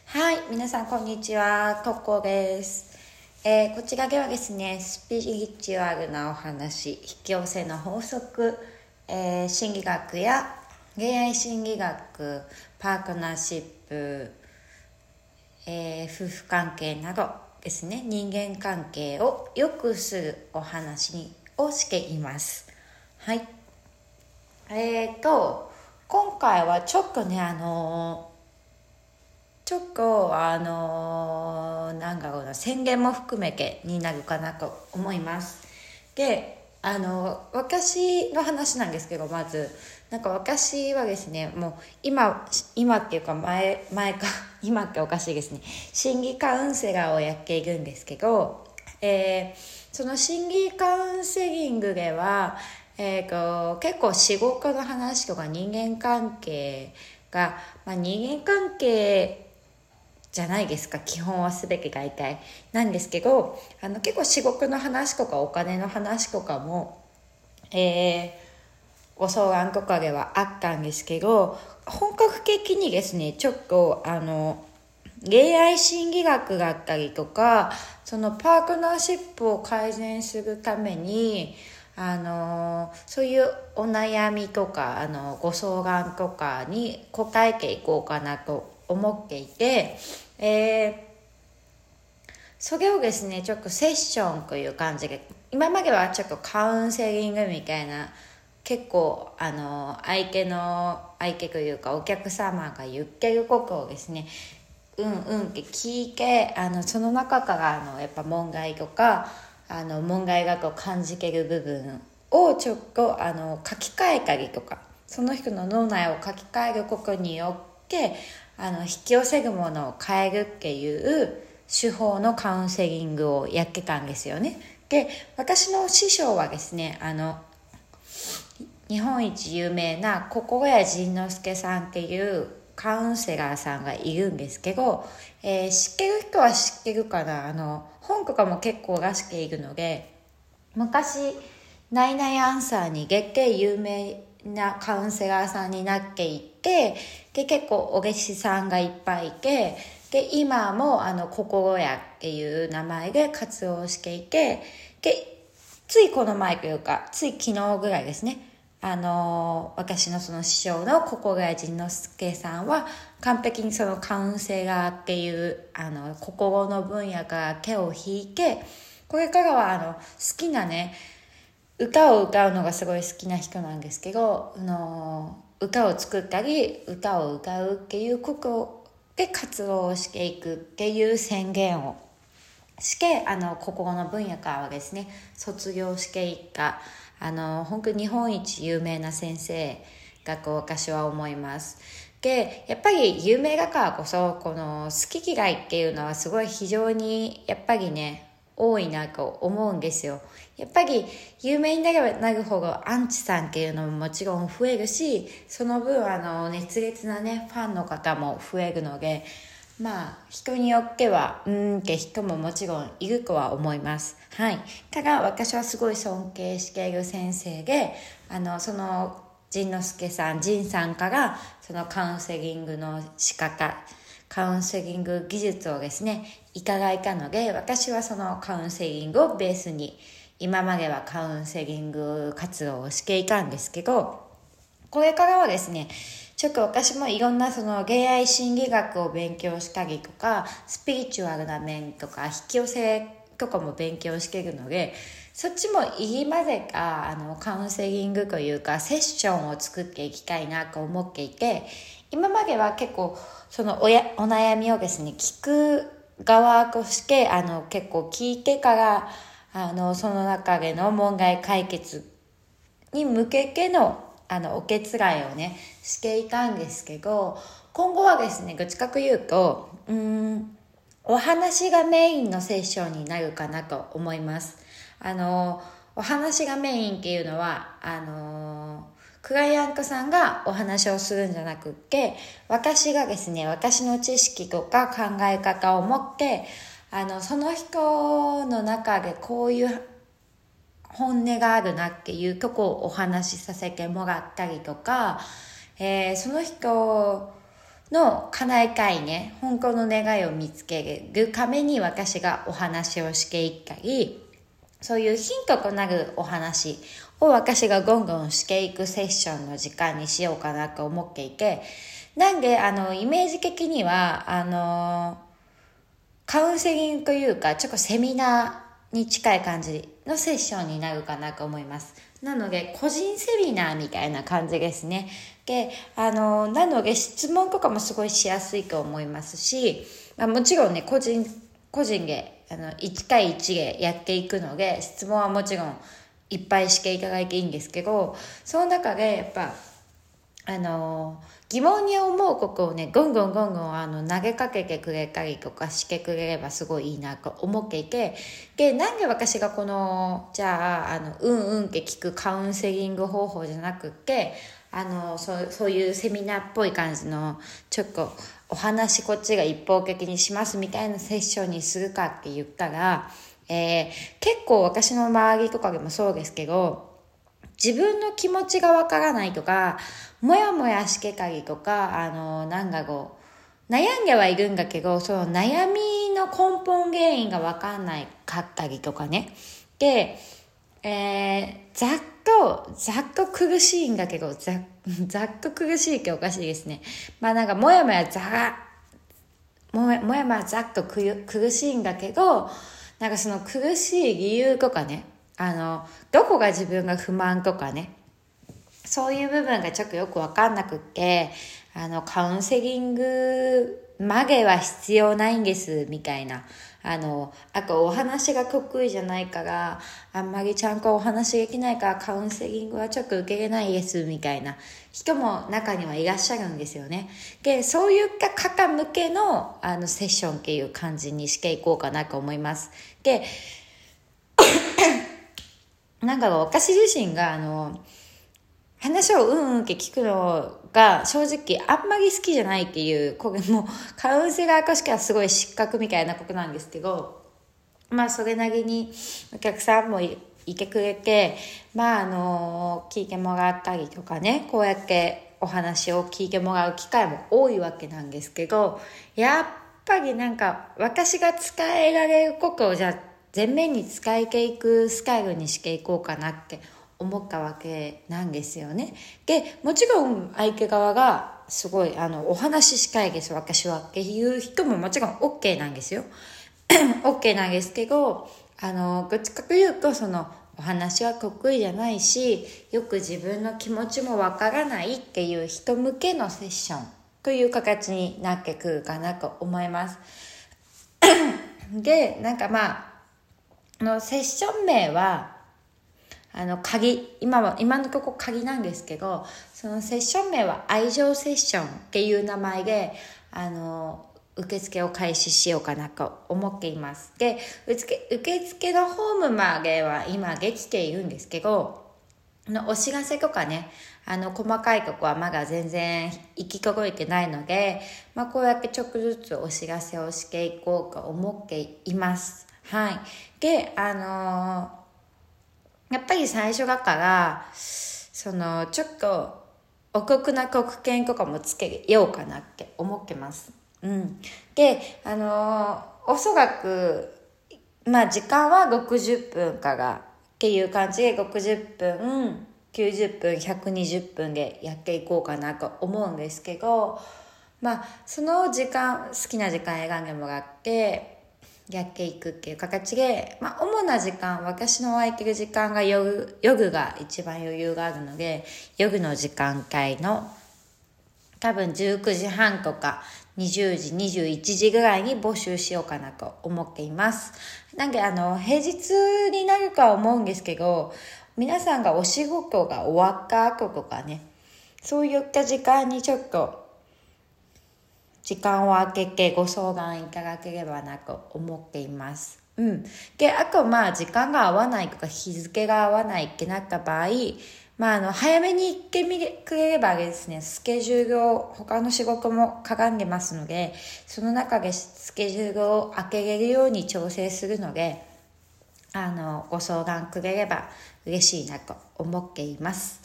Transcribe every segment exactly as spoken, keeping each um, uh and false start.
はい、皆さんこんにちは、ココです。えー、こちらではですね、スピリチュアルなお話、引き寄せの法則、えー、心理学や恋愛心理学、パートナーシップ、えー、夫婦関係などですね、人間関係を良くするお話をしています。はい。えーと、今回はちょっとね、あのーちょっとあのーなんだろうな宣言も含めてになるかなと思います。で、あの私の話なんですけど、まずなんか私はですね、もう今今っていうか前前か今っておかしいですね、心理カウンセラーをやっているんですけど、えー、その心理カウンセリングでは、えー、と結構仕事の話とか人間関係が、まあ、人間関係じゃないですか、基本は全て大体なんですけど、あの結構仕事の話とかお金の話とかも、えー、ご相談とかではあったんですけど、本格的にですね、ちょっとあの恋愛心理学だったりとか、そのパートナーシップを改善するために、あのそういうお悩みとかあのご相談とかに答えていこうかなと思っていて、えー、それをですねちょっとセッションという感じで、今まではちょっとカウンセリングみたいな、結構あの相手の相手というかお客様が言ってることをですね、うんうんって聞いて、あのその中からあのやっぱ問題とかあの問題だと感じてる部分をちょっとあの書き換えたりとか、その人の脳内を書き換えることによってあの引き寄せるものを変えるっていう手法のカウンセリングをやってたんですよね。で、私の師匠はですね、あの日本一有名な心谷仁之助さんっていうカウンセラーさんがいるんですけど、えー、知ってる人は知ってるかな、あの本とかも結構出しているので、昔ナイナイアンサーに月経有名なカウンセラーさんになっていて、で結構お弟子さんがいっぱいいて、で今もあの心谷っていう名前で活動していて、でついこの前というかつい昨日ぐらいですね、あの私のその師匠の心谷仁之助さんは完璧にそのカウンセラーっていうあの心の分野から手を引いて、これからはあの好きなね歌を歌うのがすごい好きな人なんですけど、あの歌を作ったり歌を歌うっていうことで活動をしていくっていう宣言をして、あの心の分野からはですね卒業していったあの本当に日本一有名な先生だと私は思います。でやっぱり有名だからこそこの好き嫌いっていうのはすごい非常にやっぱりね多いなと思うんですよ。やっぱり有名になればなるほどアンチさんっていうのももちろん増えるし、その分あの熱烈なねファンの方も増えるので、まあ人によってはうーんって人ももちろんいるとは思います。はい。ただ私はすごい尊敬している先生で、あのその仁之助さん、仁さんからそのカウンセリングの仕方、カウンセリング技術をですねいただいたので、私はそのカウンセリングをベースに今まではカウンセリング活動をしていたんですけど、これからはですねちょっと私もいろんなその恋愛心理学を勉強したりとか、スピリチュアルな面とか引き寄せとかも勉強しているので、そっちも入り混ぜたあのカウンセリングというかセッションを作っていきたいなと思っていて、今までは結構そのおやお悩みをですね聞く側としてあの結構聞いてからあのその中での問題解決に向けてのあのお手伝いをねしていたんですけど、今後はですねどっちかというとうーんお話がメインのセッションになるかなと思います。あのお話がメインっていうのはあのクライアントさんがお話をするんじゃなくって、私がですね私の知識とか考え方を持ってあのその人の中でこういう本音があるなっていうとこをお話しさせてもらったりとか、えー、その人の叶えたいね、本当の願いを見つけるために私がお話をしていったり、そういうヒントとなるお話を私がゴンゴンしていくセッションの時間にしようかなと思っていて、なんであのイメージ的にはあのカウンセリングというかちょっとセミナーに近い感じのセッションになるかなと思います。なので個人セミナーみたいな感じですね。で、あのなので質問とかもすごいしやすいと思いますし、まあ、もちろんね個人個人であのいち対いちでやっていくので質問はもちろんいっぱいしていただいていいんですけど、その中でやっぱあの疑問に思うことをねゴンゴンゴンゴンあの投げかけてくれたりとかしてくれればすごいいいなと思っていて、でなんで私がこのじゃああのうんうんって聞くカウンセリング方法じゃなくってあのそうそういうセミナーっぽい感じのちょっとお話こっちが一方的にしますみたいなセッションにするかって言ったら、えー、結構私の周りとかでもそうですけど、自分の気持ちがわからないとかもやもやしてたりとか、あのなんだろう悩んではいるんだけどその悩みの根本原因がわかんないかったりとかね。で、えー、ざっとざっと苦しいんだけどざざっと苦しいっておかしいですね。まあなんかもやもやざもやもやもやざっと苦しいんだけど、なんかその苦しい理由とかね、あのどこが自分が不満とかね、そういう部分がちょっとよく分かんなくって、あのカウンセリングまでは必要ないんですみたいな、あのあとお話が得意じゃないからあんまりちゃんとお話できないからカウンセリングはちょっと受けれないですみたいな人も中にはいらっしゃるんですよね。でそういった方向けのあのセッションっていう感じにしていこうかなと思います。でなんか私自身があの話をうんうんって聞くのが正直あんまり好きじゃないっていう、これもカウンセラーとしてはすごい失格みたいなことなんですけど、まあそれなりにお客さんも い, いてくれて、まああの聞いてもらったりとかね、こうやってお話を聞いてもらう機会も多いわけなんですけど、やっぱりなんか私が伝えられることをじゃあ全面に伝えていくスタイルにしていこうかなって思ったわけなんですよね。でもちろん相手側がすごいあのお話ししたいです私はっていう人ももちろん OK なんですよOK なんですけど、あのどっちかというとそのお話は得意じゃないしよく自分の気持ちもわからないっていう人向けのセッションという形になってくるかなと思いますでなんかまああのセッション名はあの鍵今は今のところ鍵なんですけど、そのセッション名は愛情セッションっていう名前であの受付を開始しようかなと思っています。で受付、受付のホームまでは今できているんですけど、のお知らせとかね、あの細かいとこはまだ全然行き届いてないので、まあ、こうやってちょっとずつお知らせをしていこうと思っています。はい。であのーやっぱり最初だからそのちょっとお得な特典とかもつけようかなって思ってます。うん。であのー、おそらくまあ時間はろくじゅっぷんからっていう感じでろくじゅっぷんきゅうじゅっぷんひゃくにじゅっぷんでやっていこうかなと思うんですけど、まあその時間好きな時間選んでもらってやっていくっていう形で、まあ、主な時間、私の空いてる時間が夜、夜が一番余裕があるので、夜の時間帯の多分じゅうくじはんとかにじゅうじ、にじゅういちじぐらいに募集しようかなと思っています。なんであの、平日になるとは思うんですけど、皆さんがお仕事が終わった後とかね、そういった時間にちょっと時間を空けてご相談いただければなと思っています。うん。で、あとまあ時間が合わないとか日付が合わないってなった場合、まああの早めに行ってみてくれればですね、スケジュールを他の仕事も絡んでますので、その中でスケジュールを空けれるように調整するので、あのご相談くれれば嬉しいなと思っています。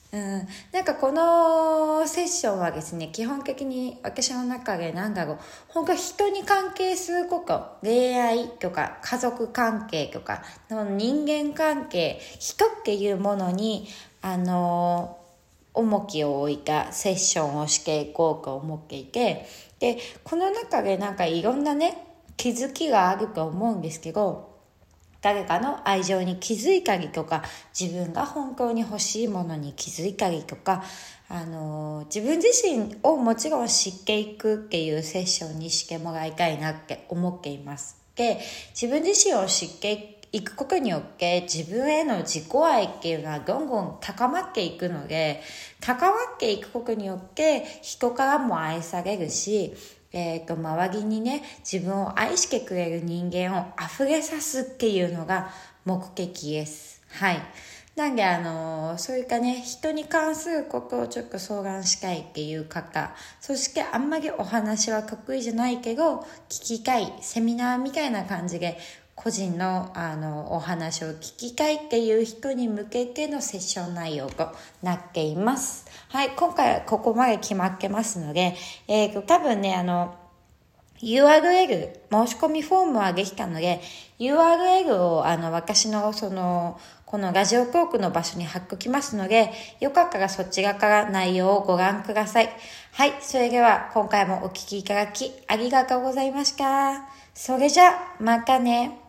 うん、なんかこのセッションはですね、基本的に私の中でなんだろう、本当人に関係すること、恋愛とか家族関係とか、人間関係、人っていうものに、あのー、重きを置いたセッションをしていこうと思っていて、で、この中でなんかいろんなね、気づきがあると思うんですけど、誰かの愛情に気づいたりとか、自分が本当に欲しいものに気づいたりとか、あのー、自分自身をもちろん知っていくっていうセッションにしてもらいたいなって思っています。で、自分自身を知っていくことによって自分への自己愛っていうのはどんどん高まっていくので、高まっていくことによって人からも愛されるし、えーと、周りにね、自分を愛してくれる人間を溢れさすっていうのが目的です。はい。なんで、あのー、そういったね、人に関することをちょっと相談したいっていう方、そしてあんまりお話は得意じゃないけど、聞きたい、セミナーみたいな感じで、個人のあのお話を聞きたいっていう人に向けてのセッション内容となっています。はい、今回はここまで決まってますので、えーと、多分ね、あの、ユーアールエル、申し込みフォームはできたので、ユーアールエル をあの、私のその、このラジオトークの場所に貼っときますので、よかったらそちらから内容をご覧ください。はい、それでは今回もお聞きいただきありがとうございました。それじゃ、またね。